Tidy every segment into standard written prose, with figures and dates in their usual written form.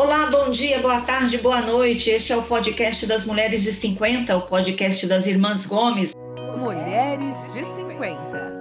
Olá, bom dia, boa tarde, boa noite. Este é o podcast das Mulheres de 50, o podcast das Irmãs Gomes. Mulheres de 50.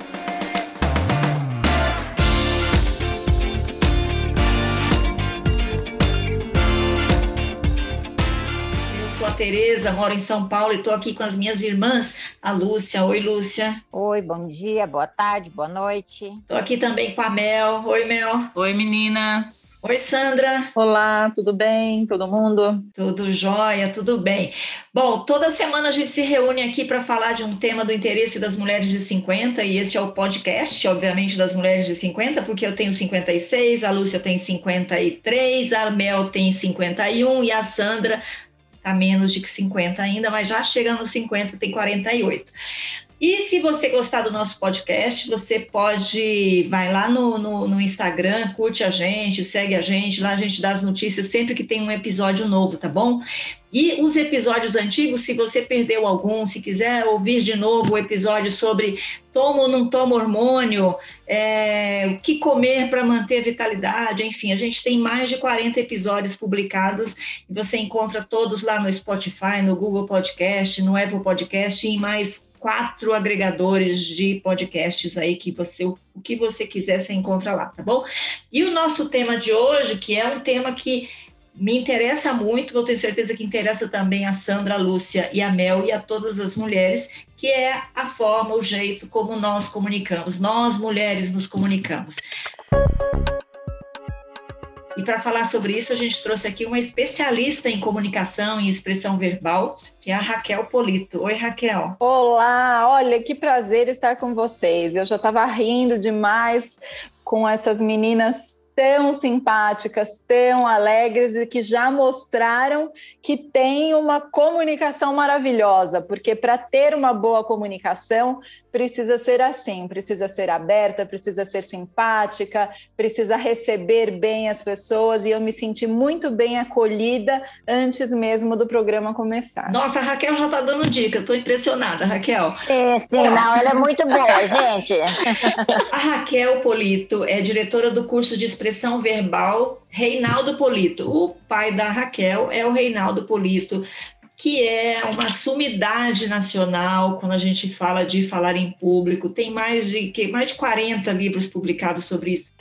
Eu sou a Tereza, moro em São Paulo e estou aqui com as minhas irmãs, a Lúcia. Oi, Lúcia. Oi, bom dia, boa tarde, boa noite. Estou aqui também com a Mel. Oi, Mel. Oi, meninas. Oi, Sandra. Olá, tudo bem? Todo mundo? Tudo jóia, tudo bem. Bom, toda semana a gente se reúne aqui para falar de um tema do interesse das mulheres de 50 e este é o podcast, obviamente, das mulheres de 50, porque eu tenho 56, a Lúcia tem 53, a Mel tem 51 e a Sandra está menos de 50 ainda, mas já chega nos 50, tem 48. E se você gostar do nosso podcast, você vai lá no Instagram, curte a gente, segue a gente, lá a gente dá as notícias sempre que tem um episódio novo, tá bom? E os episódios antigos, se você perdeu algum, se quiser ouvir de novo o episódio sobre toma ou não toma hormônio, o que comer para manter a vitalidade, enfim, a gente tem mais de 40 episódios publicados e você encontra todos lá no Spotify, no Google Podcast, no Apple Podcast e em mais 4 agregadores de podcasts aí o que você quiser você encontra lá, tá bom? E o nosso tema de hoje, que é um tema que me interessa muito, vou ter certeza que interessa também a Sandra, a Lúcia e a Mel e a todas as mulheres, que é a forma, o jeito como nós comunicamos, nós mulheres nos comunicamos. E para falar sobre isso, a gente trouxe aqui uma especialista em comunicação e expressão verbal, que é a Raquel Polito. Oi, Raquel. Olá, olha, que prazer estar com vocês. Eu já estava rindo demais com essas meninas tão simpáticas, tão alegres e que já mostraram que tem uma comunicação maravilhosa, porque para ter uma boa comunicação precisa ser assim, precisa ser aberta, precisa ser simpática, precisa receber bem as pessoas e eu me senti muito bem acolhida antes mesmo do programa começar. Nossa, a Raquel já está dando dica, estou impressionada, Raquel. Sim, não, ela é muito boa, gente. A Raquel Polito é diretora do curso de expressão verbal Reinaldo Polito. O pai da Raquel é o Reinaldo Polito, que é uma sumidade nacional quando a gente fala de falar em público. Tem mais de 40 livros publicados sobre isso.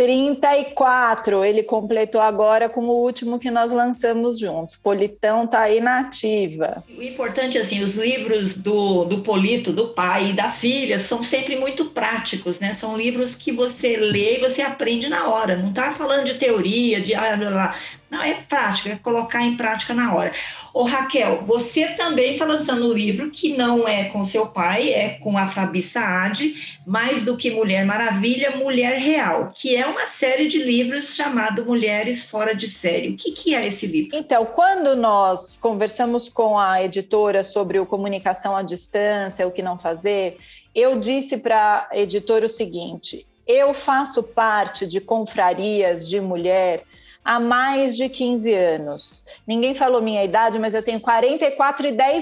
34, ele completou agora com o último que nós lançamos juntos. Politão está aí na ativa. O importante, assim, os livros do Polito, do pai e da filha, são sempre muito práticos, né? São livros que você lê e você aprende na hora. Não está falando de teoria, de não, é prática, é colocar em prática na hora. Ô, Raquel, você também está lançando um livro que não é com seu pai, é com a Fabi Saad, Mais do que Mulher Maravilha, Mulher Real, que é uma série de livros chamado Mulheres Fora de Série. O que é esse livro? Então, quando nós conversamos com a editora sobre o comunicação à distância, o que não fazer, eu disse para a editora o seguinte: eu faço parte de confrarias de mulher há mais de 15 anos. Ninguém falou minha idade, mas eu tenho 44 e 10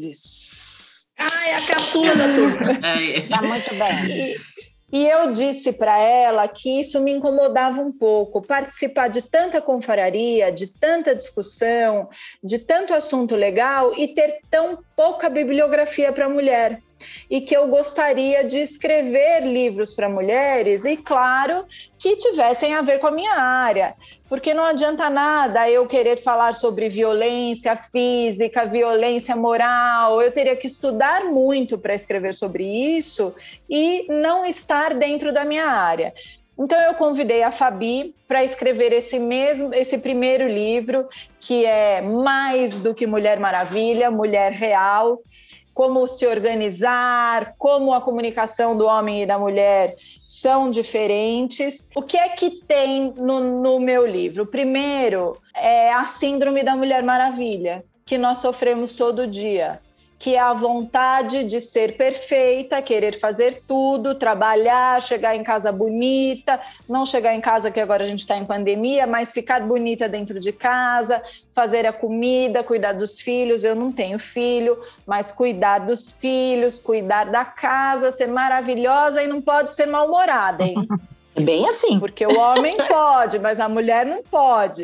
meses. É a caçula da turma. Tá muito bem. E eu disse para ela que isso me incomodava um pouco, participar de tanta confraria, de tanta discussão, de tanto assunto legal e ter tão pouca bibliografia para a mulher. E que eu gostaria de escrever livros para mulheres e, claro, que tivessem a ver com a minha área, porque não adianta nada eu querer falar sobre violência física, violência moral, eu teria que estudar muito para escrever sobre isso e não estar dentro da minha área. Então eu convidei a Fabi para escrever esse primeiro livro, que é Mais do que Mulher Maravilha, Mulher Real, como se organizar, como a comunicação do homem e da mulher são diferentes. O que é que tem no meu livro? Primeiro, é a síndrome da Mulher Maravilha, que nós sofremos todo dia, que é a vontade de ser perfeita, querer fazer tudo, trabalhar, chegar em casa bonita, não chegar em casa que agora a gente está em pandemia, mas ficar bonita dentro de casa, fazer a comida, cuidar dos filhos. Eu não tenho filho, mas cuidar dos filhos, cuidar da casa, ser maravilhosa e não pode ser mal-humorada, hein? É bem assim. Porque o homem pode, mas a mulher não pode.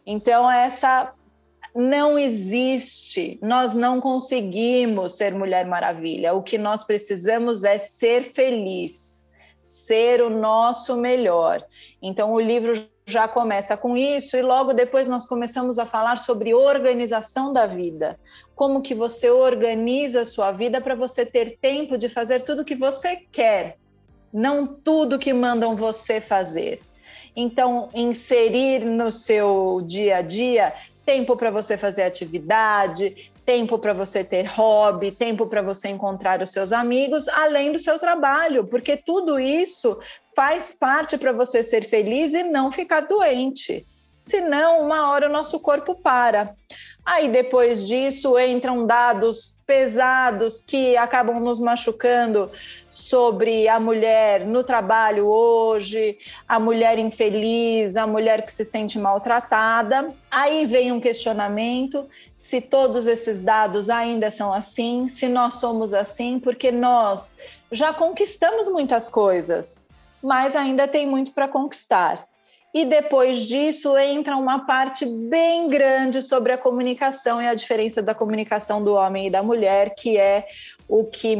Então, essa não existe, nós não conseguimos ser Mulher Maravilha. O que nós precisamos é ser feliz, ser o nosso melhor. Então, o livro já começa com isso e logo depois nós começamos a falar sobre organização da vida. Como que você organiza a sua vida para você ter tempo de fazer tudo o que você quer, não tudo que mandam você fazer. Então, inserir no seu dia a dia tempo para você fazer atividade, tempo para você ter hobby, tempo para você encontrar os seus amigos, além do seu trabalho, porque tudo isso faz parte para você ser feliz e não ficar doente. Senão, uma hora o nosso corpo para. Aí, depois disso, entram dados pesados que acabam nos machucando sobre a mulher no trabalho hoje, a mulher infeliz, a mulher que se sente maltratada. Aí vem um questionamento se todos esses dados ainda são assim, se nós somos assim, porque nós já conquistamos muitas coisas, mas ainda tem muito para conquistar. E depois disso entra uma parte bem grande sobre a comunicação e a diferença da comunicação do homem e da mulher, que é o que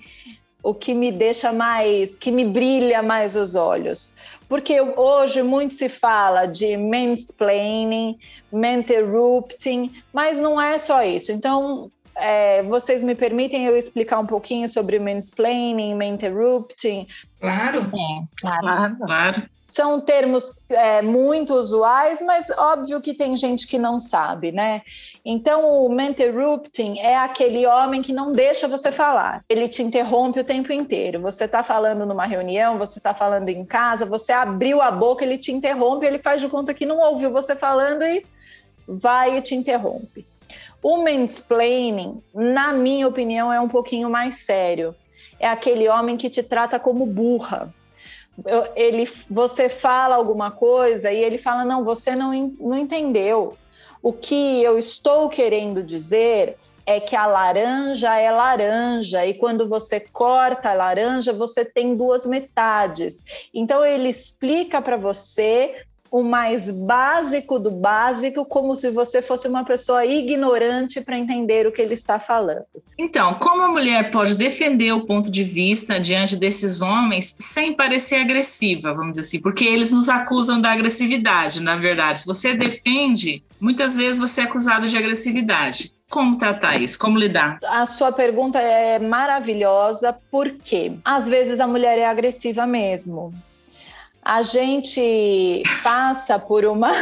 me deixa mais, que me brilha mais os olhos. Porque hoje muito se fala de mansplaining, interrupting, mas não é só isso. Então, vocês me permitem eu explicar um pouquinho sobre mansplaining, interrupting? Claro. Claro. São termos muito usuais, mas óbvio que tem gente que não sabe, né? Então, o interrupting é aquele homem que não deixa você falar. Ele te interrompe o tempo inteiro. Você está falando numa reunião, você está falando em casa, você abriu a boca, ele te interrompe, ele faz de conta que não ouviu você falando e vai e te interrompe. O mansplaining, na minha opinião, é um pouquinho mais sério. É aquele homem que te trata como burra. Você fala alguma coisa e ele fala, não, você não entendeu. O que eu estou querendo dizer é que a laranja é laranja e quando você corta a laranja, você tem duas metades. Então, ele explica para você o mais básico do básico, como se você fosse uma pessoa ignorante para entender o que ele está falando. Então, como a mulher pode defender o ponto de vista diante desses homens sem parecer agressiva, vamos dizer assim, porque eles nos acusam da agressividade, na verdade. Se você defende, muitas vezes você é acusado de agressividade. Como tratar isso? Como lidar? A sua pergunta é maravilhosa, porque às vezes a mulher é agressiva mesmo. A gente passa por uma...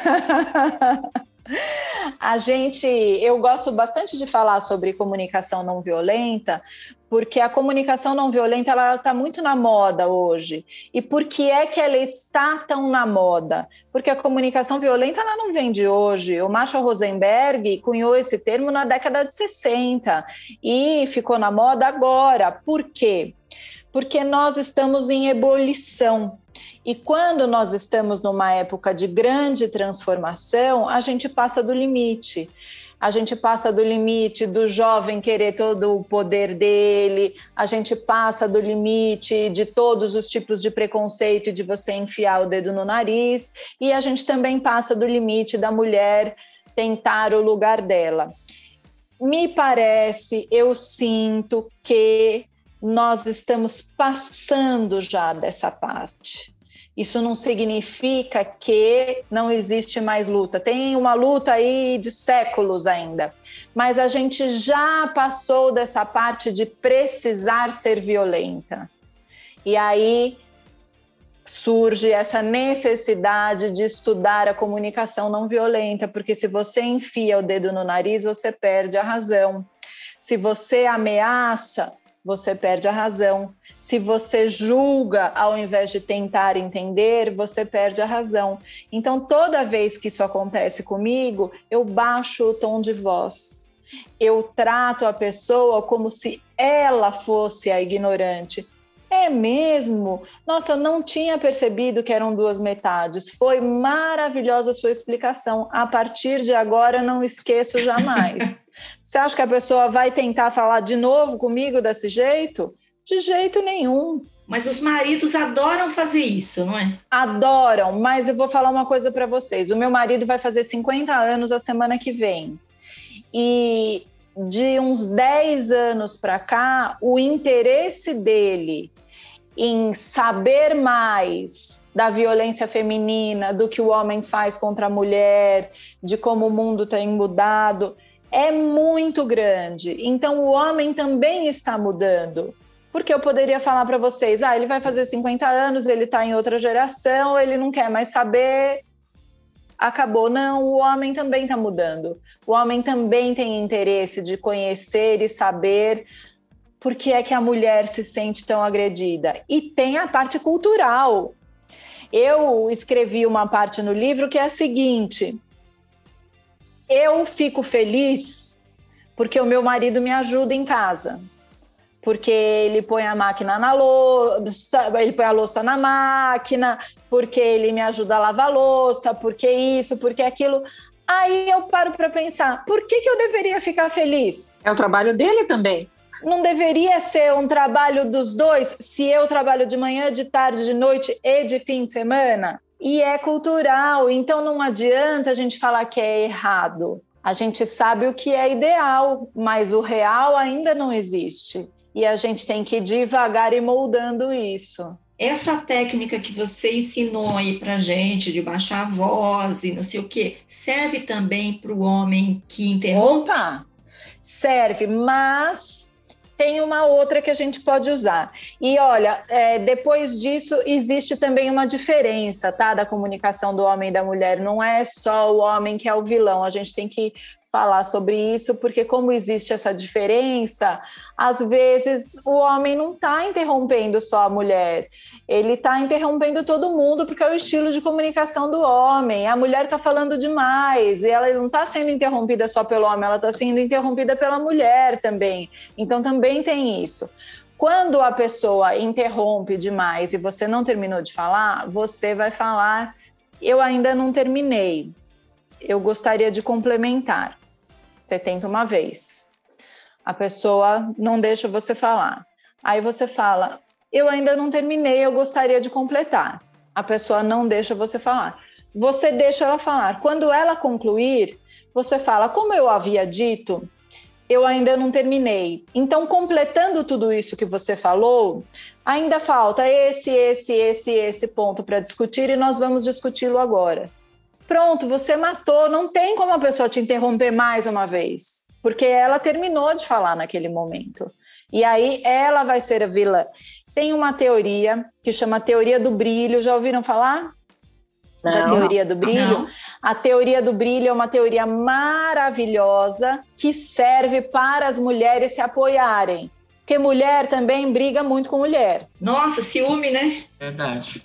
Eu gosto bastante de falar sobre comunicação não violenta, porque a comunicação não violenta ela está muito na moda hoje. E por que é que ela está tão na moda? Porque a comunicação violenta ela não vem de hoje. O Marshall Rosenberg cunhou esse termo na década de 60 e ficou na moda agora. Por quê? Porque nós estamos em ebulição. E quando nós estamos numa época de grande transformação, a gente passa do limite. A gente passa do limite do jovem querer todo o poder dele, a gente passa do limite de todos os tipos de preconceito de você enfiar o dedo no nariz, e a gente também passa do limite da mulher tentar o lugar dela. Me parece, eu sinto que nós estamos passando já dessa parte. Isso não significa que não existe mais luta. Tem uma luta aí de séculos ainda. Mas a gente já passou dessa parte de precisar ser violenta. E aí surge essa necessidade de estudar a comunicação não violenta, porque se você enfia o dedo no nariz, você perde a razão. Se você ameaça, você perde a razão. Se você julga ao invés de tentar entender, você perde a razão. Então, toda vez que isso acontece comigo, eu baixo o tom de voz. Eu trato a pessoa como se ela fosse a ignorante. É mesmo? Nossa, eu não tinha percebido que eram duas metades. Foi maravilhosa a sua explicação. A partir de agora, não esqueço jamais. Você acha que a pessoa vai tentar falar de novo comigo desse jeito? De jeito nenhum. Mas os maridos adoram fazer isso, não é? Adoram, mas eu vou falar uma coisa para vocês. O meu marido vai fazer 50 anos a semana que vem. E de uns 10 anos para cá, o interesse dele em saber mais da violência feminina, do que o homem faz contra a mulher, de como o mundo tem mudado, é muito grande. Então, o homem também está mudando. Porque eu poderia falar para vocês, ele vai fazer 50 anos, ele está em outra geração, ele não quer mais saber, acabou. Não, o homem também está mudando. O homem também tem interesse de conhecer e saber por que é que a mulher se sente tão agredida. E tem a parte cultural. Eu escrevi uma parte no livro que é a seguinte: eu fico feliz porque o meu marido me ajuda em casa. Porque ele põe a máquina na louça, ele põe a louça na máquina, porque ele me ajuda a lavar a louça, porque isso, porque aquilo. Aí eu paro para pensar, por que eu deveria ficar feliz? É o trabalho dele também. Não deveria ser um trabalho dos dois, se eu trabalho de manhã, de tarde, de noite e de fim de semana? E é cultural, então não adianta a gente falar que é errado. A gente sabe o que é ideal, mas o real ainda não existe. E a gente tem que ir devagar e moldando isso. Essa técnica que você ensinou aí pra gente, de baixar a voz e não sei o quê, serve também para o homem que interrompe? Opa! Serve, mas tem uma outra que a gente pode usar. E olha, depois disso existe também uma diferença, tá? Da comunicação do homem e da mulher. Não é só o homem que é o vilão, a gente tem que falar sobre isso, porque como existe essa diferença, às vezes o homem não está interrompendo só a mulher, ele está interrompendo todo mundo, porque é o estilo de comunicação do homem. A mulher está falando demais, e ela não está sendo interrompida só pelo homem, ela está sendo interrompida pela mulher também. Então também tem isso. Quando a pessoa interrompe demais e você não terminou de falar, você vai falar: eu ainda não terminei, eu gostaria de complementar. Você tenta uma vez, a pessoa não deixa você falar. Aí você fala: eu ainda não terminei, eu gostaria de completar. A pessoa não deixa você falar. Você deixa ela falar. Quando ela concluir, você fala: como eu havia dito, eu ainda não terminei. Então, completando tudo isso que você falou, ainda falta esse ponto para discutir e nós vamos discuti-lo agora. Pronto, você matou, não tem como a pessoa te interromper mais uma vez, porque ela terminou de falar naquele momento. E aí ela vai ser a vilã. Tem uma teoria que chama teoria do brilho, já ouviram falar? Da teoria do brilho? Não. A teoria do brilho é uma teoria maravilhosa que serve para as mulheres se apoiarem, porque mulher também briga muito com mulher. Nossa, ciúme, né? Verdade.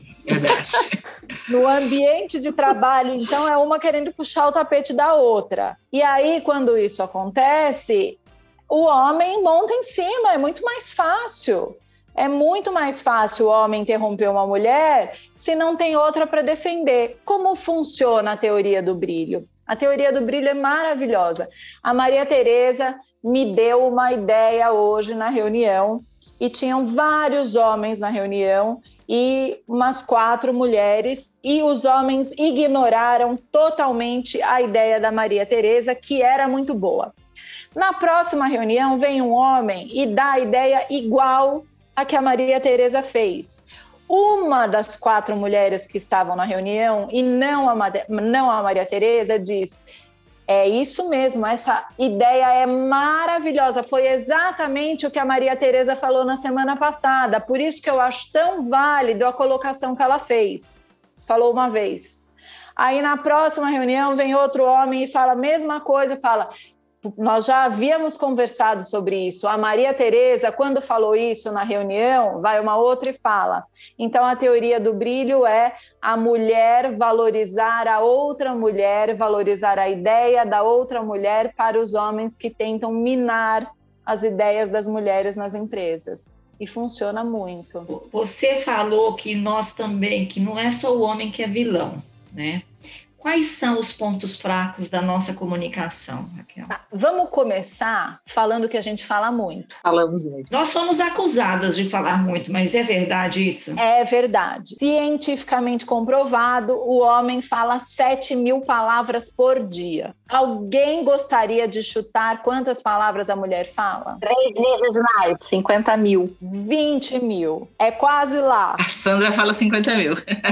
No ambiente de trabalho, então, é uma querendo puxar o tapete da outra. E aí, quando isso acontece, o homem monta em cima, é muito mais fácil. É muito mais fácil o homem interromper uma mulher se não tem outra para defender. Como funciona a teoria do brilho? A teoria do brilho é maravilhosa. A Maria Tereza me deu uma ideia hoje na reunião, e tinham vários homens na reunião, e umas 4 mulheres, e os homens ignoraram totalmente a ideia da Maria Tereza, que era muito boa. Na próxima reunião, vem um homem e dá a ideia igual a que a Maria Tereza fez. Uma das 4 mulheres que estavam na reunião, e não a Maria Tereza, diz: é isso mesmo, essa ideia é maravilhosa, foi exatamente o que a Maria Tereza falou na semana passada, por isso que eu acho tão válido a colocação que ela fez. Falou uma vez. Aí na próxima reunião vem outro homem e fala a mesma coisa, fala: nós já havíamos conversado sobre isso. A Maria Tereza, quando falou isso na reunião, vai uma outra e fala. Então, a teoria do brilho é a mulher valorizar a outra mulher, valorizar a ideia da outra mulher para os homens que tentam minar as ideias das mulheres nas empresas. E funciona muito. Você falou que nós também, que não é só o homem que é vilão, né? Quais são os pontos fracos da nossa comunicação, Raquel? Vamos começar falando que a gente fala muito. Falamos muito. Nós somos acusadas de falar muito, mas é verdade isso? É verdade. Cientificamente comprovado, o homem fala 7.000 palavras por dia. Alguém gostaria de chutar quantas palavras a mulher fala? 3 vezes mais. 50.000. 20.000. É quase lá. A Sandra fala 50.000.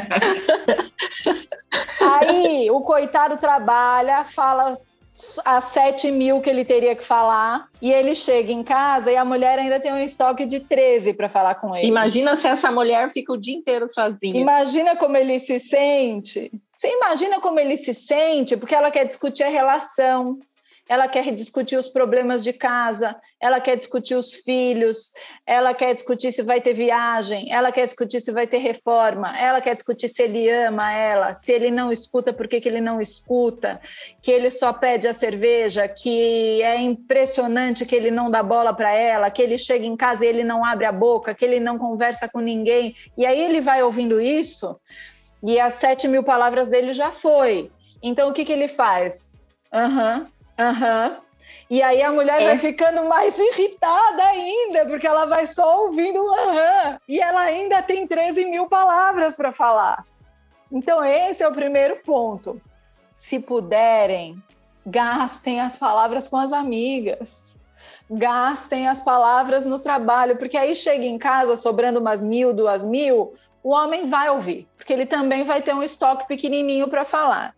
Aí o coitado trabalha, fala as 7.000 que ele teria que falar, e ele chega em casa e a mulher ainda tem um estoque de 13 para falar com ele. Imagina se essa mulher fica o dia inteiro sozinha. Imagina como ele se sente. Você imagina como ele se sente, porque ela quer discutir a relação, ela quer discutir os problemas de casa, ela quer discutir os filhos, ela quer discutir se vai ter viagem, ela quer discutir se vai ter reforma, ela quer discutir se ele ama ela, se ele não escuta, por que ele não escuta, que ele só pede a cerveja, que é impressionante que ele não dá bola para ela, que ele chega em casa e ele não abre a boca, que ele não conversa com ninguém. E aí ele vai ouvindo isso e as 7.000 palavras dele já foi. Então o que ele faz? E aí a mulher vai ficando mais irritada ainda, porque ela vai só ouvindo e ela ainda tem 13.000 palavras para falar. Então esse é o primeiro ponto. Se puderem, gastem as palavras com as amigas, gastem as palavras no trabalho, porque aí chega em casa sobrando umas 1.000, 2.000, o homem vai ouvir, porque ele também vai ter um estoque pequenininho para falar.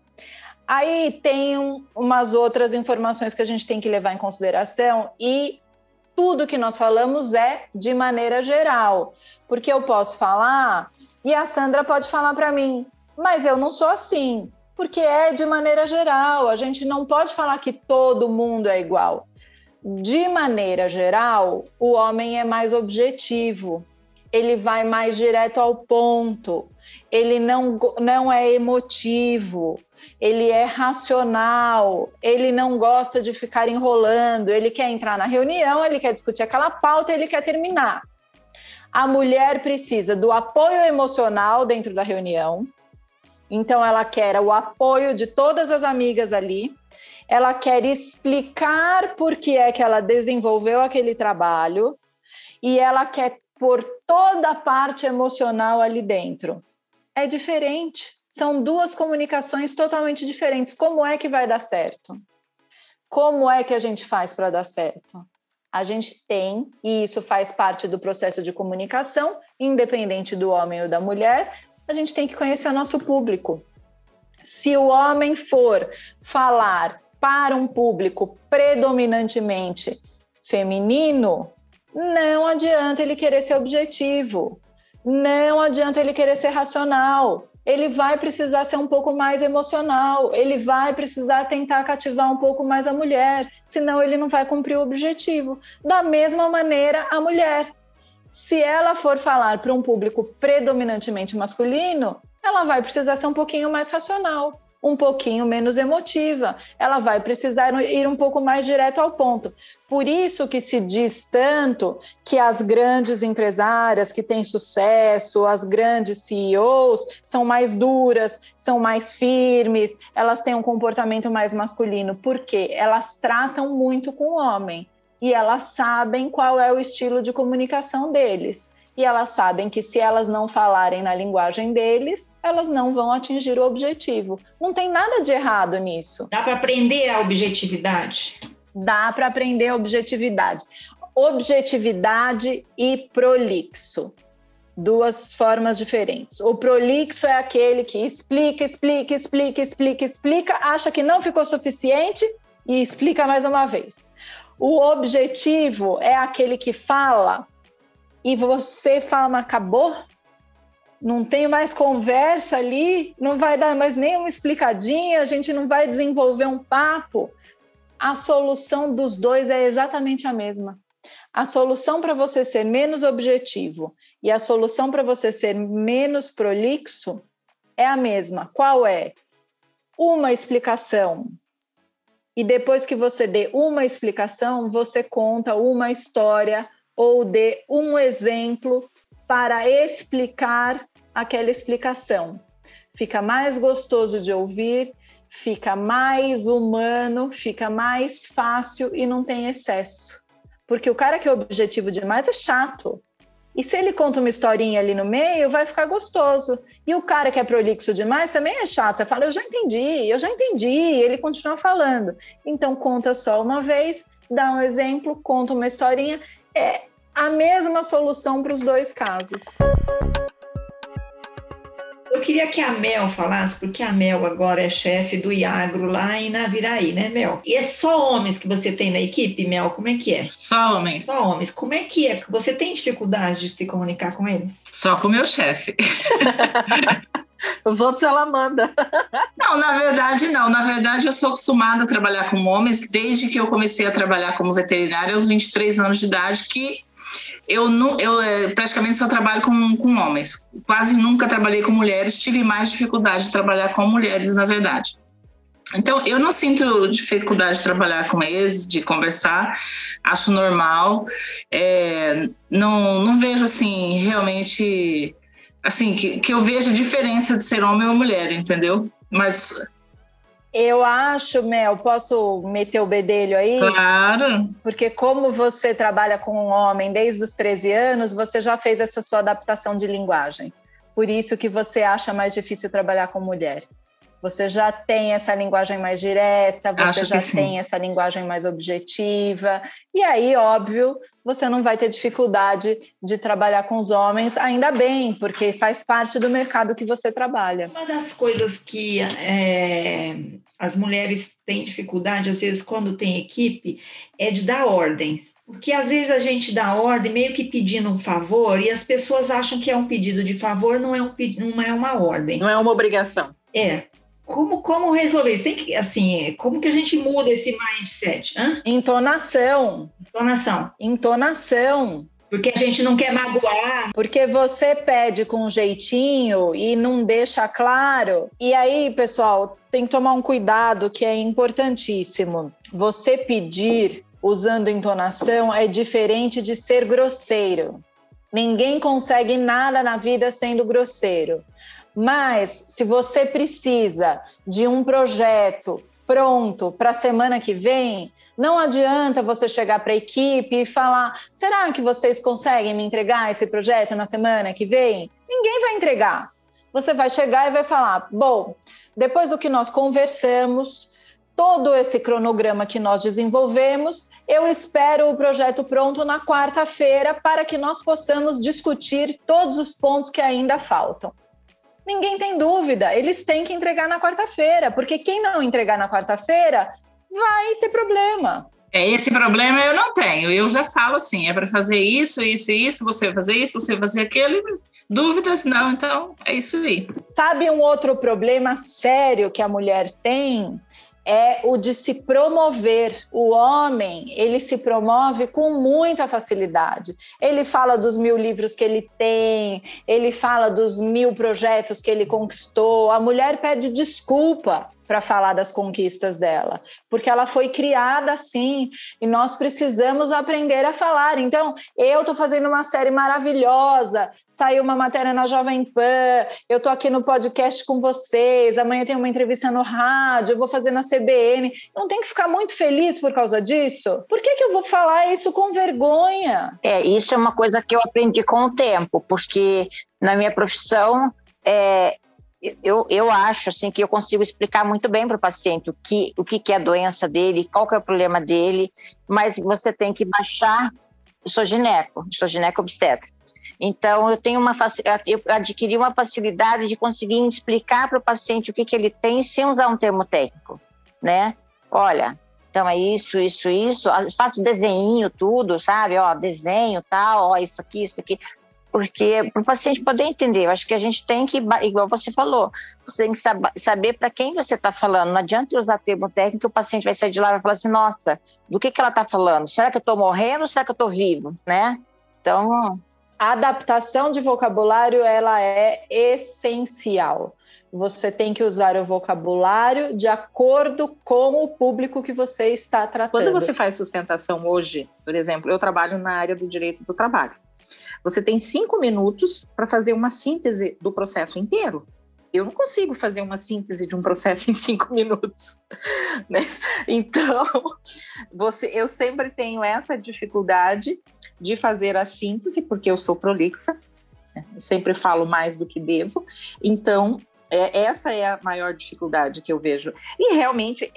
Aí tem umas outras informações que a gente tem que levar em consideração, e tudo que nós falamos é de maneira geral, porque eu posso falar e a Sandra pode falar para mim, mas eu não sou assim, porque é de maneira geral, a gente não pode falar que todo mundo é igual. De maneira geral, o homem é mais objetivo, ele vai mais direto ao ponto, ele não é emotivo, ele é racional, ele não gosta de ficar enrolando, ele quer entrar na reunião, ele quer discutir aquela pauta, ele quer terminar. A mulher precisa do apoio emocional dentro da reunião, então ela quer o apoio de todas as amigas ali, ela quer explicar por que é que ela desenvolveu aquele trabalho e ela quer pôr toda a parte emocional ali dentro. É diferente. São duas comunicações totalmente diferentes. Como é que vai dar certo? Como é que a gente faz para dar certo? A gente tem, e isso faz parte do processo de comunicação, independente do homem ou da mulher, a gente tem que conhecer o nosso público. Se o homem for falar para um público predominantemente feminino, não adianta ele querer ser objetivo, não adianta ele querer ser racional. Ele vai precisar ser um pouco mais emocional, ele vai precisar tentar cativar um pouco mais a mulher, senão ele não vai cumprir o objetivo. Da mesma maneira, a mulher. Se ela for falar para um público predominantemente masculino, ela vai precisar ser um pouquinho mais racional, um pouquinho menos emotiva, ela vai precisar ir um pouco mais direto ao ponto. Por isso que se diz tanto que as grandes empresárias que têm sucesso, as grandes CEOs, são mais duras, são mais firmes, elas têm um comportamento mais masculino, porque elas tratam muito com o homem e elas sabem qual é o estilo de comunicação deles. E elas sabem que se elas não falarem na linguagem deles, elas não vão atingir o objetivo. Não tem nada de errado nisso. Dá para aprender a objetividade? Dá para aprender a objetividade. Objetividade e prolixo. Duas formas diferentes. O prolixo é aquele que explica, acha que não ficou suficiente e explica mais uma vez. O objetivo é aquele que fala e você fala, mas acabou? Não tem mais conversa ali? Não vai dar mais nenhuma explicadinha? A gente não vai desenvolver um papo? A solução dos dois é exatamente a mesma. A solução para você ser menos objetivo e a solução para você ser menos prolixo é a mesma. Qual é? Uma explicação. E depois que você dê uma explicação, você conta uma história ou dê um exemplo para explicar aquela explicação. fica mais gostoso de ouvir, fica mais humano, fica mais fácil e não tem excesso. Porque o cara que é objetivo demais é chato. E se ele conta uma historinha ali no meio, vai ficar gostoso. E o cara que é prolixo demais também é chato. Você fala, eu já entendi. Ele continua falando. Então, conta só uma vez, dá um exemplo, conta uma historinha. É a mesma solução para os dois casos. Eu queria que a Mel falasse, porque a Mel agora é chefe do Iagro lá em Naviraí, né, Mel? E é só homens que você tem na equipe, Mel? Como é que é? Só homens. Só homens. Como é que é? Você tem dificuldade de se comunicar com eles? Só com o meu chefe. Os outros ela manda. Não, na verdade não. Na verdade eu sou acostumada a trabalhar com homens desde que eu comecei a trabalhar como veterinária aos 23 anos de idade, que eu praticamente só trabalho com homens. Quase nunca trabalhei com mulheres, tive mais dificuldade de trabalhar com mulheres, na verdade. Então, eu não sinto dificuldade de trabalhar com eles, de conversar, acho normal. Não vejo, assim, realmente, assim, que eu vejo diferença de ser homem ou mulher, entendeu? Mas... Eu acho, Mel, posso meter o bedelho aí? Claro. Porque como você trabalha com um homem desde os 13 anos, você já fez essa sua adaptação de linguagem. Por isso que você acha mais difícil trabalhar com mulher. Você já tem essa linguagem mais direta, você já tem essa linguagem mais objetiva. E aí, óbvio, você não vai ter dificuldade de trabalhar com os homens, ainda bem, porque faz parte do mercado que você trabalha. Uma das coisas que as mulheres têm dificuldade, às vezes, quando tem equipe, é de dar ordens. Porque, às vezes, a gente dá ordem meio que pedindo um favor e as pessoas acham que é um pedido de favor, não é uma ordem. Não é uma obrigação. Como resolver isso? Tem que, assim, como que a gente muda esse mindset? Entonação. Porque a gente não quer magoar. Porque você pede com um jeitinho e não deixa claro. E aí, pessoal, tem que tomar um cuidado que é importantíssimo. Você pedir usando entonação é diferente de ser grosseiro. Ninguém consegue nada na vida sendo grosseiro. Mas, se você precisa de um projeto pronto para a semana que vem, não adianta você chegar para a equipe e falar: será que vocês conseguem me entregar esse projeto na semana que vem? Ninguém vai entregar. Você vai chegar e vai falar: bom, depois do que nós conversamos, todo esse cronograma que nós desenvolvemos, eu espero o projeto pronto na quarta-feira para que nós possamos discutir todos os pontos que ainda faltam. Ninguém tem dúvida, eles têm que entregar na quarta-feira, porque quem não entregar na quarta-feira vai ter problema. Esse problema eu não tenho, eu já falo assim, é para fazer isso, você vai fazer isso, você vai fazer aquilo, dúvidas não, então é isso aí. Sabe um outro problema sério que a mulher tem? É o de se promover. O homem, ele se promove com muita facilidade. Ele fala dos 1000 livros que ele tem, ele fala dos 1000 projetos que ele conquistou. A mulher pede desculpa para falar das conquistas dela, porque ela foi criada assim, e nós precisamos aprender a falar. Então, eu estou fazendo uma série maravilhosa, saiu uma matéria na Jovem Pan, eu estou aqui no podcast com vocês, amanhã tem uma entrevista no rádio, eu vou fazer na CBN, eu não tenho que ficar muito feliz por causa disso? Por que eu vou falar isso com vergonha? Isso é uma coisa que eu aprendi com o tempo, porque na minha profissão, eu acho assim, que eu consigo explicar muito bem para o paciente o que é a doença dele, qual que é o problema dele, mas você tem que baixar. Eu sou gineco-obstetra. Então, eu adquiri uma facilidade de conseguir explicar para o paciente o que ele tem sem usar um termo técnico, né? Olha, então é isso. Faço desenho, tudo, sabe? Desenho, tal, isso aqui. Porque para o paciente poder entender, eu acho que a gente tem que, igual você falou, você tem que saber para quem você está falando. Não adianta usar termo técnico, o paciente vai sair de lá e vai falar assim: nossa, do que ela está falando? Será que eu estou morrendo ou será que eu estou vivo? Né? Então, a adaptação de vocabulário, ela é essencial. Você tem que usar o vocabulário de acordo com o público que você está tratando. Quando você faz sustentação hoje, por exemplo, eu trabalho na área do direito do trabalho. Você tem 5 minutos para fazer uma síntese do processo inteiro. Eu não consigo fazer uma síntese de um processo em 5 minutos, né? Então, eu sempre tenho essa dificuldade de fazer a síntese, porque eu sou prolixa, né? Eu sempre falo mais do que devo. Então, essa é a maior dificuldade que eu vejo. E realmente,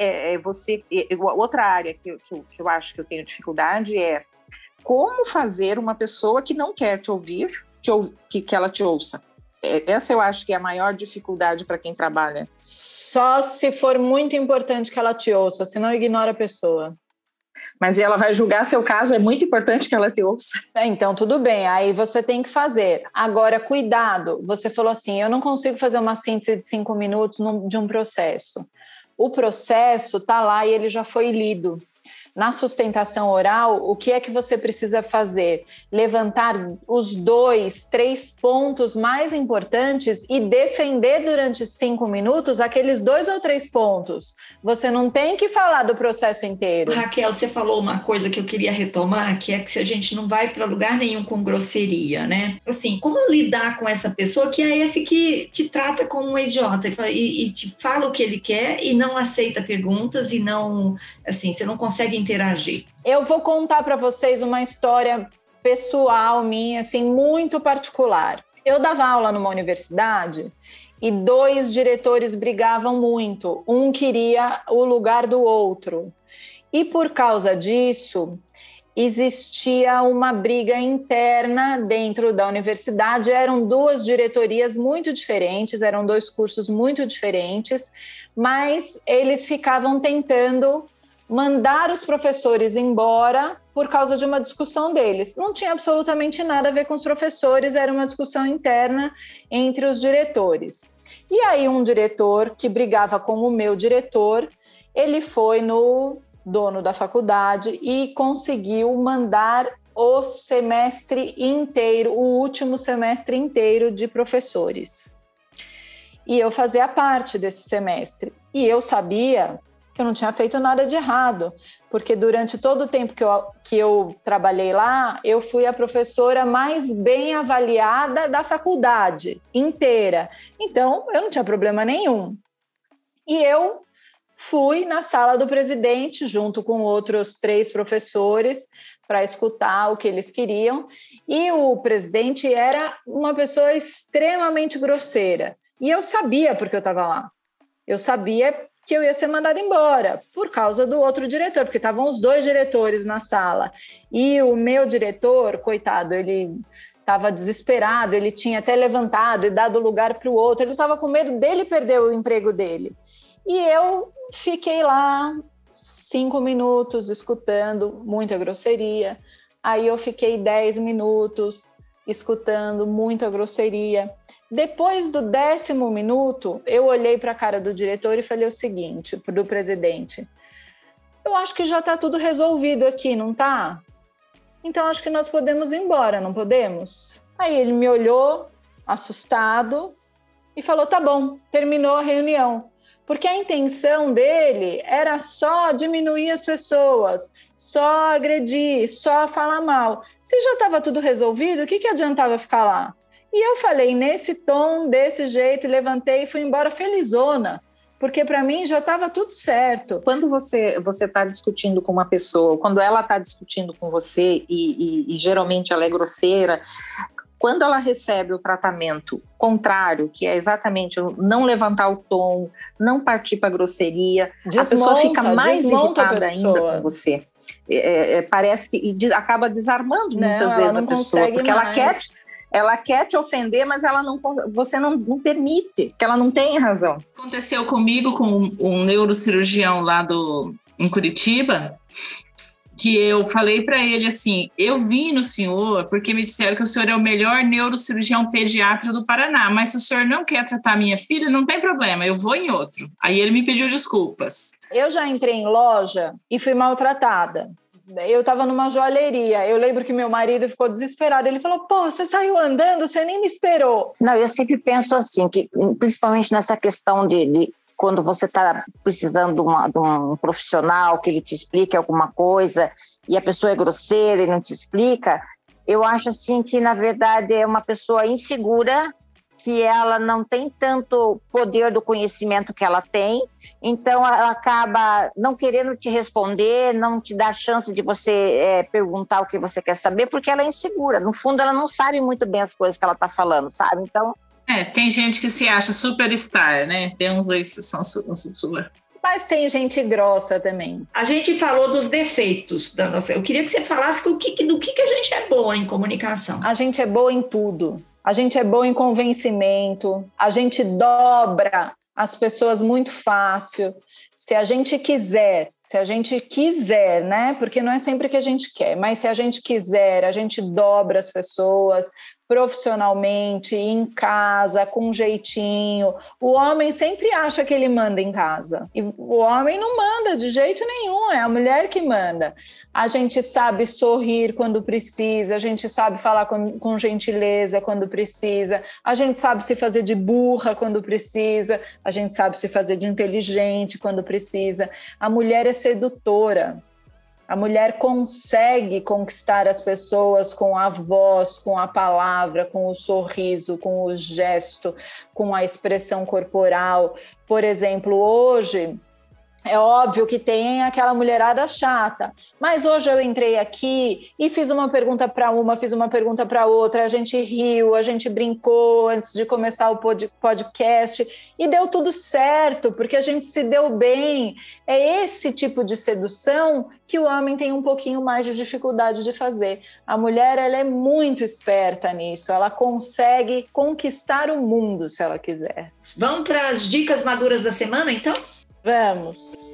outra área que eu acho que eu tenho dificuldade é como fazer uma pessoa que não quer te ouvir, que ela te ouça. Essa eu acho que é a maior dificuldade para quem trabalha. Só se for muito importante que ela te ouça, senão ignora a pessoa. Mas ela vai julgar seu caso, é muito importante que ela te ouça. Então, tudo bem, aí você tem que fazer. Agora, cuidado, você falou assim, eu não consigo fazer uma síntese de 5 minutos de um processo. O processo está lá e ele já foi lido. Na sustentação oral, o que é que você precisa fazer? Levantar os 2, 3 pontos mais importantes e defender durante 5 minutos aqueles 2 ou 3 pontos. Você não tem que falar do processo inteiro. Raquel, você falou uma coisa que eu queria retomar, que é que se a gente não vai para lugar nenhum com grosseria, né? Assim, como lidar com essa pessoa que é esse que te trata como um idiota e te fala o que ele quer e não aceita perguntas e não, assim, você não consegue interagir. Eu vou contar para vocês uma história pessoal minha, assim, muito particular. Eu dava aula numa universidade e 2 diretores brigavam muito. Um queria o lugar do outro. E por causa disso, existia uma briga interna dentro da universidade. Eram 2 diretorias muito diferentes, eram 2 cursos muito diferentes, mas eles ficavam tentando mandar os professores embora por causa de uma discussão deles. Não tinha absolutamente nada a ver com os professores, era uma discussão interna entre os diretores. E aí um diretor que brigava com o meu diretor, ele foi no dono da faculdade e conseguiu mandar o semestre inteiro, o último semestre inteiro de professores. E eu fazia parte desse semestre. E eu sabia que eu não tinha feito nada de errado, porque durante todo o tempo que eu trabalhei lá, eu fui a professora mais bem avaliada da faculdade inteira. Então, eu não tinha problema nenhum. E eu fui na sala do presidente, junto com outros 3 professores, para escutar o que eles queriam. E o presidente era uma pessoa extremamente grosseira. E eu sabia porque eu estava lá. Eu sabia que eu ia ser mandada embora por causa do outro diretor, porque estavam os 2 diretores na sala. E o meu diretor, coitado, ele estava desesperado, ele tinha até levantado e dado lugar para o outro, ele estava com medo dele perder o emprego dele. E eu fiquei lá 5 minutos escutando muita grosseria, aí eu fiquei 10 minutos escutando muita grosseria. Depois do 10º minuto, eu olhei para a cara do diretor e falei o seguinte, do presidente: eu acho que já está tudo resolvido aqui, não está? Então acho que nós podemos ir embora, não podemos? Aí ele me olhou, assustado, e falou: tá bom, terminou a reunião. Porque a intenção dele era só diminuir as pessoas, só agredir, só falar mal. Se já estava tudo resolvido, o que adiantava ficar lá? E eu falei nesse tom, desse jeito, levantei e fui embora felizona, porque para mim já estava tudo certo. Quando você está discutindo com uma pessoa, quando ela está discutindo com você e geralmente ela é grosseira, quando ela recebe o tratamento contrário, que é exatamente não levantar o tom, não partir para a grosseria, a pessoa fica mais irritada ainda com você. Parece que acaba desarmando muitas vezes a pessoa, porque ela quer te ofender, mas você não permite, que ela não tem razão. Aconteceu comigo com um neurocirurgião lá em Curitiba, que eu falei para ele assim: eu vim no senhor porque me disseram que o senhor é o melhor neurocirurgião pediatra do Paraná, mas se o senhor não quer tratar minha filha, não tem problema, eu vou em outro. Aí ele me pediu desculpas. Eu já entrei em loja e fui maltratada. Eu estava numa joalheria, eu lembro que meu marido ficou desesperado, ele falou: pô, você saiu andando, você nem me esperou. Não, eu sempre penso assim, que principalmente nessa questão de quando você está precisando de um profissional que ele te explique alguma coisa e a pessoa é grosseira e não te explica, eu acho assim que, na verdade, é uma pessoa insegura que ela não tem tanto poder do conhecimento que ela tem, então ela acaba não querendo te responder, não te dá chance de você perguntar o que você quer saber, porque ela é insegura. No fundo, ela não sabe muito bem as coisas que ela está falando, sabe? Então... tem gente que se acha superstar, né? Tem uns aí que são super... Mas tem gente grossa também. A gente falou dos defeitos da nossa... Eu queria que você falasse do que a gente é boa em comunicação. A gente é boa em tudo. A gente é boa em convencimento. A gente dobra as pessoas muito fácil. Se a gente quiser, né? Porque não é sempre que a gente quer, mas se a gente quiser, a gente dobra as pessoas profissionalmente, em casa, com um jeitinho. O homem sempre acha que ele manda em casa. E o homem não manda de jeito nenhum, é a mulher que manda. A gente sabe sorrir quando precisa, a gente sabe falar com gentileza quando precisa, a gente sabe se fazer de burra quando precisa, a gente sabe se fazer de inteligente quando precisa. A mulher é sedutora. A mulher consegue conquistar as pessoas com a voz, com a palavra, com o sorriso, com o gesto, com a expressão corporal. Por exemplo, hoje... É óbvio que tem aquela mulherada chata, mas hoje eu entrei aqui e fiz uma pergunta para uma, fiz uma pergunta para outra, a gente riu, a gente brincou antes de começar o podcast e deu tudo certo, porque a gente se deu bem. É esse tipo de sedução que o homem tem um pouquinho mais de dificuldade de fazer. A mulher, ela é muito esperta nisso, ela consegue conquistar o mundo se ela quiser. Vamos para as dicas maduras da semana, então? Vamos!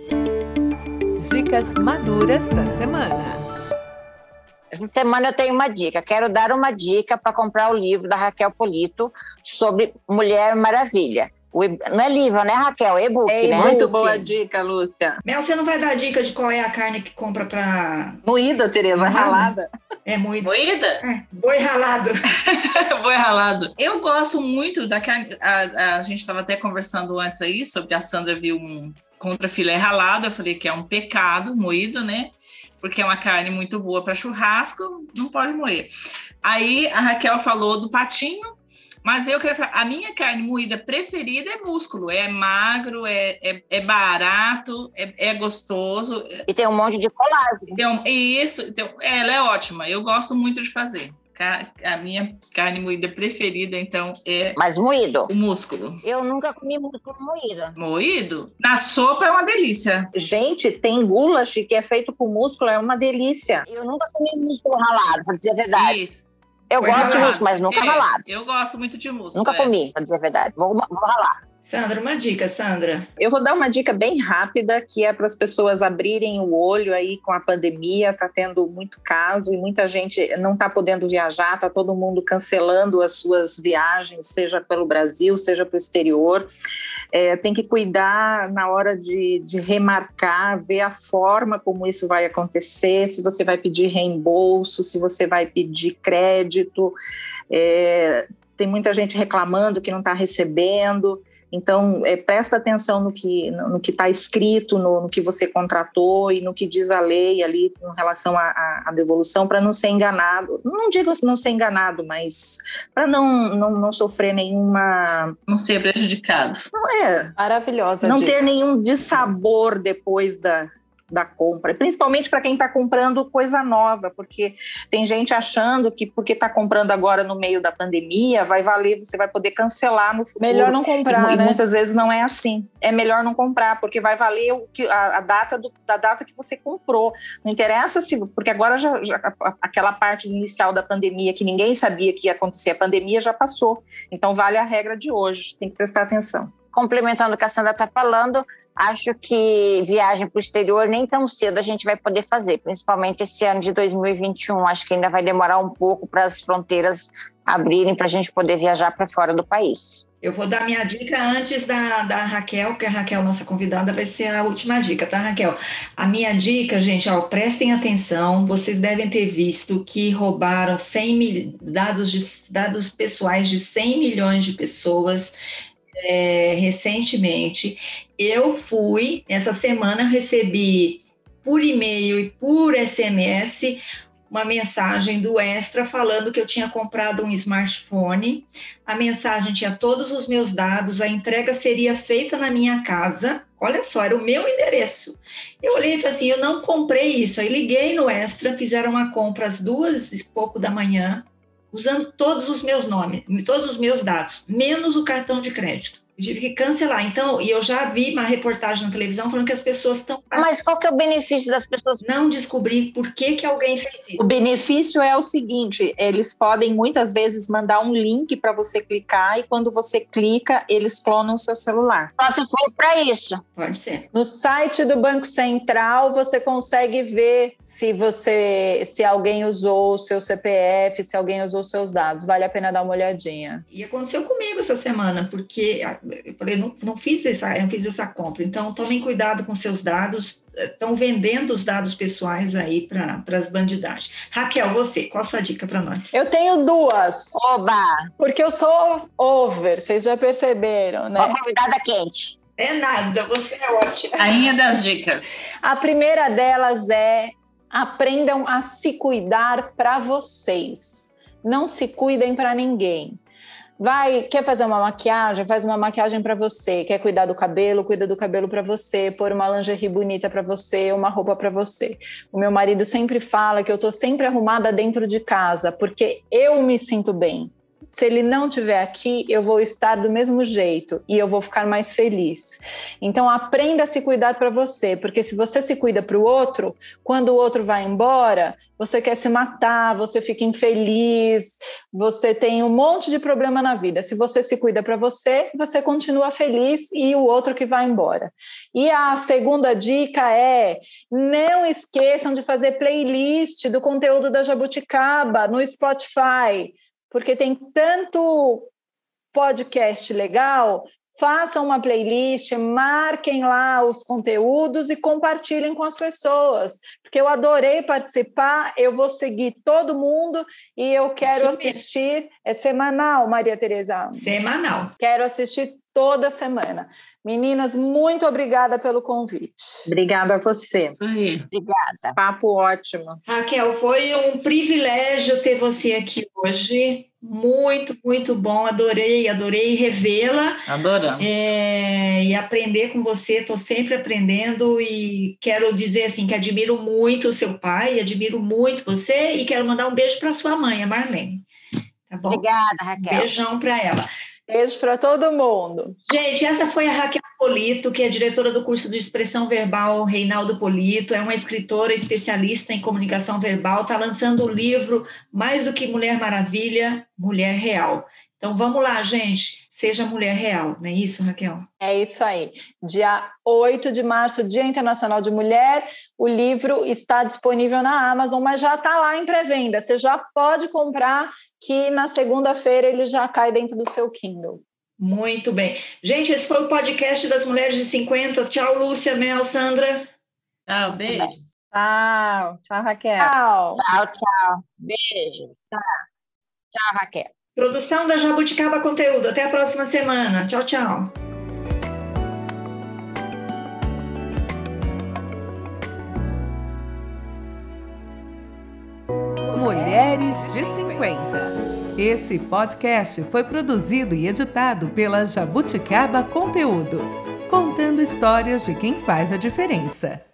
Dicas maduras da semana. Essa semana eu tenho uma dica. Quero dar uma dica para comprar o livro da Raquel Polito sobre Mulher Maravilha. Não é livro, né, Raquel? E-book, né? Muito boa dica, Lúcia. Mel, você não vai dar dica de qual é a carne que compra para... Moída, Tereza, ralada. É moída. Moída? Boi ralado. Boi ralado. Eu gosto muito da carne... A gente estava até conversando antes aí sobre a Sandra viu um contra filé ralado. Eu falei que é um pecado moído, né? Porque é uma carne muito boa para churrasco, não pode moer. Aí a Raquel falou do patinho, mas eu quero falar, a minha carne moída preferida é músculo, é magro, é barato, é gostoso. E tem um monte de colágeno. Ela é ótima, eu gosto muito de fazer. A minha carne moída preferida, então, é... Mas moído? O músculo. Eu nunca comi músculo moído. Moído? Na sopa é uma delícia. Gente, tem goulash que é feito com músculo, é uma delícia. Eu nunca comi músculo ralado, para dizer a verdade. Isso. Eu gosto de músculo, mas nunca ralado. Eu gosto muito de músculo. Nunca comi, para dizer a verdade. Vou ralar. Sandra, uma dica, Sandra. Eu vou dar uma dica bem rápida, que é para as pessoas abrirem o olho aí com a pandemia. Está tendo muito caso e muita gente não está podendo viajar, está todo mundo cancelando as suas viagens, seja pelo Brasil, seja para o exterior. Tem que cuidar na hora de remarcar, ver a forma como isso vai acontecer, se você vai pedir reembolso, se você vai pedir crédito. Tem muita gente reclamando que não está recebendo. Então, presta atenção no que está escrito, no que você contratou e no que diz a lei ali em relação à devolução, para não ser enganado. Não digo não ser enganado, mas para não sofrer nenhuma... Não ser prejudicado. Não é. Maravilhosa. Não dica. ter nenhum dissabor depois da compra, principalmente para quem está comprando coisa nova, porque tem gente achando que porque está comprando agora no meio da pandemia vai valer, você vai poder cancelar no futuro. Melhor não comprar, e né? muitas vezes não é assim. É melhor não comprar, porque vai valer a data que você comprou. Não interessa porque agora já aquela parte inicial da pandemia que ninguém sabia que ia acontecer, a pandemia já passou. Então vale a regra de hoje, tem que prestar atenção. Complementando o que a Sandra está falando, acho que viagem para o exterior nem tão cedo a gente vai poder fazer, principalmente esse ano de 2021. Acho que ainda vai demorar um pouco para as fronteiras abrirem para a gente poder viajar para fora do país. Eu vou dar minha dica antes da Raquel, porque a Raquel, nossa convidada, vai ser a última dica, tá, Raquel? A minha dica, gente, prestem atenção, vocês devem ter visto que roubaram dados pessoais de 100 milhões de pessoas recentemente. Essa semana recebi por e-mail e por SMS uma mensagem do Extra falando que eu tinha comprado um smartphone. A mensagem tinha todos os meus dados, a entrega seria feita na minha casa. Olha só, era o meu endereço. Eu olhei e falei assim, eu não comprei isso. Aí liguei no Extra, fizeram uma compra às 2h pouco da manhã, usando todos os meus nomes, todos os meus dados, menos o cartão de crédito. Eu tive que cancelar. Então, e eu já vi uma reportagem na televisão falando que as pessoas estão... Mas qual que é o benefício das pessoas? Não descobrir por que alguém fez isso. O benefício é o seguinte, eles podem muitas vezes mandar um link para você clicar e quando você clica, eles clonam o seu celular. Só se for para isso. Pode ser. No site do Banco Central, você consegue ver se alguém usou o seu CPF, se alguém usou os seus dados. Vale a pena dar uma olhadinha. E aconteceu comigo essa semana, porque eu falei, não fiz essa compra. Então, tomem cuidado com seus dados. Estão vendendo os dados pessoais aí para as bandidagens. Raquel, você, qual a sua dica para nós? Eu tenho 2. Oba! Porque eu sou over, vocês já perceberam, né? Uma convidada quente. É nada, você é ótima. Rainha das dicas. A primeira delas é: aprendam a se cuidar para vocês. Não se cuidem para ninguém. Quer fazer uma maquiagem? Faz uma maquiagem para você. Quer cuidar do cabelo? Cuida do cabelo para você. Pôr uma lingerie bonita para você, uma roupa para você. O meu marido sempre fala que eu tô sempre arrumada dentro de casa, porque eu me sinto bem. Se ele não estiver aqui, eu vou estar do mesmo jeito e eu vou ficar mais feliz. Então, aprenda a se cuidar para você, porque se você se cuida para o outro, quando o outro vai embora, você quer se matar, você fica infeliz, você tem um monte de problema na vida. Se você se cuida para você, você continua feliz e o outro que vai embora. E a segunda dica é: não esqueçam de fazer playlist do conteúdo da Jabuticaba no Spotify, porque tem tanto podcast legal. Façam uma playlist, marquem lá os conteúdos e compartilhem com as pessoas, porque eu adorei participar, eu vou seguir todo mundo e eu quero assistir. É semanal, Maria Tereza? Semanal. Quero assistir toda semana. Meninas, muito obrigada pelo convite. Obrigada a você. Isso aí. Obrigada. Papo ótimo. Raquel, foi um privilégio ter você aqui hoje. Muito, muito bom. Adorei revê-la. Adoramos. E aprender com você. Estou sempre aprendendo e quero dizer assim que admiro muito o seu pai, admiro muito você e quero mandar um beijo para sua mãe, a Marlene. Tá bom? Obrigada, Raquel. Beijão para ela. Beijo para todo mundo. Gente, essa foi a Raquel Polito, que é diretora do curso de expressão verbal Reinaldo Polito, é uma escritora especialista em comunicação verbal, está lançando o livro Mais do que Mulher Maravilha, Mulher Real. Então vamos lá, gente, seja mulher real, não é isso, Raquel? É isso aí. Dia 8 de março, Dia Internacional de Mulher, o livro está disponível na Amazon, mas já está lá em pré-venda, você já pode comprar, que na segunda-feira ele já cai dentro do seu Kindle. Muito bem. Gente, esse foi o podcast das Mulheres de 50. Tchau, Lúcia, Mel, Sandra. Tchau, beijo. Tchau. Tchau, Raquel. Tchau. Tchau. Beijo. Tchau, Raquel. Produção da Jabuticaba Conteúdo. Até a próxima semana. Tchau, tchau. Mulheres de 50. Esse podcast foi produzido e editado pela Jabuticaba Conteúdo, contando histórias de quem faz a diferença.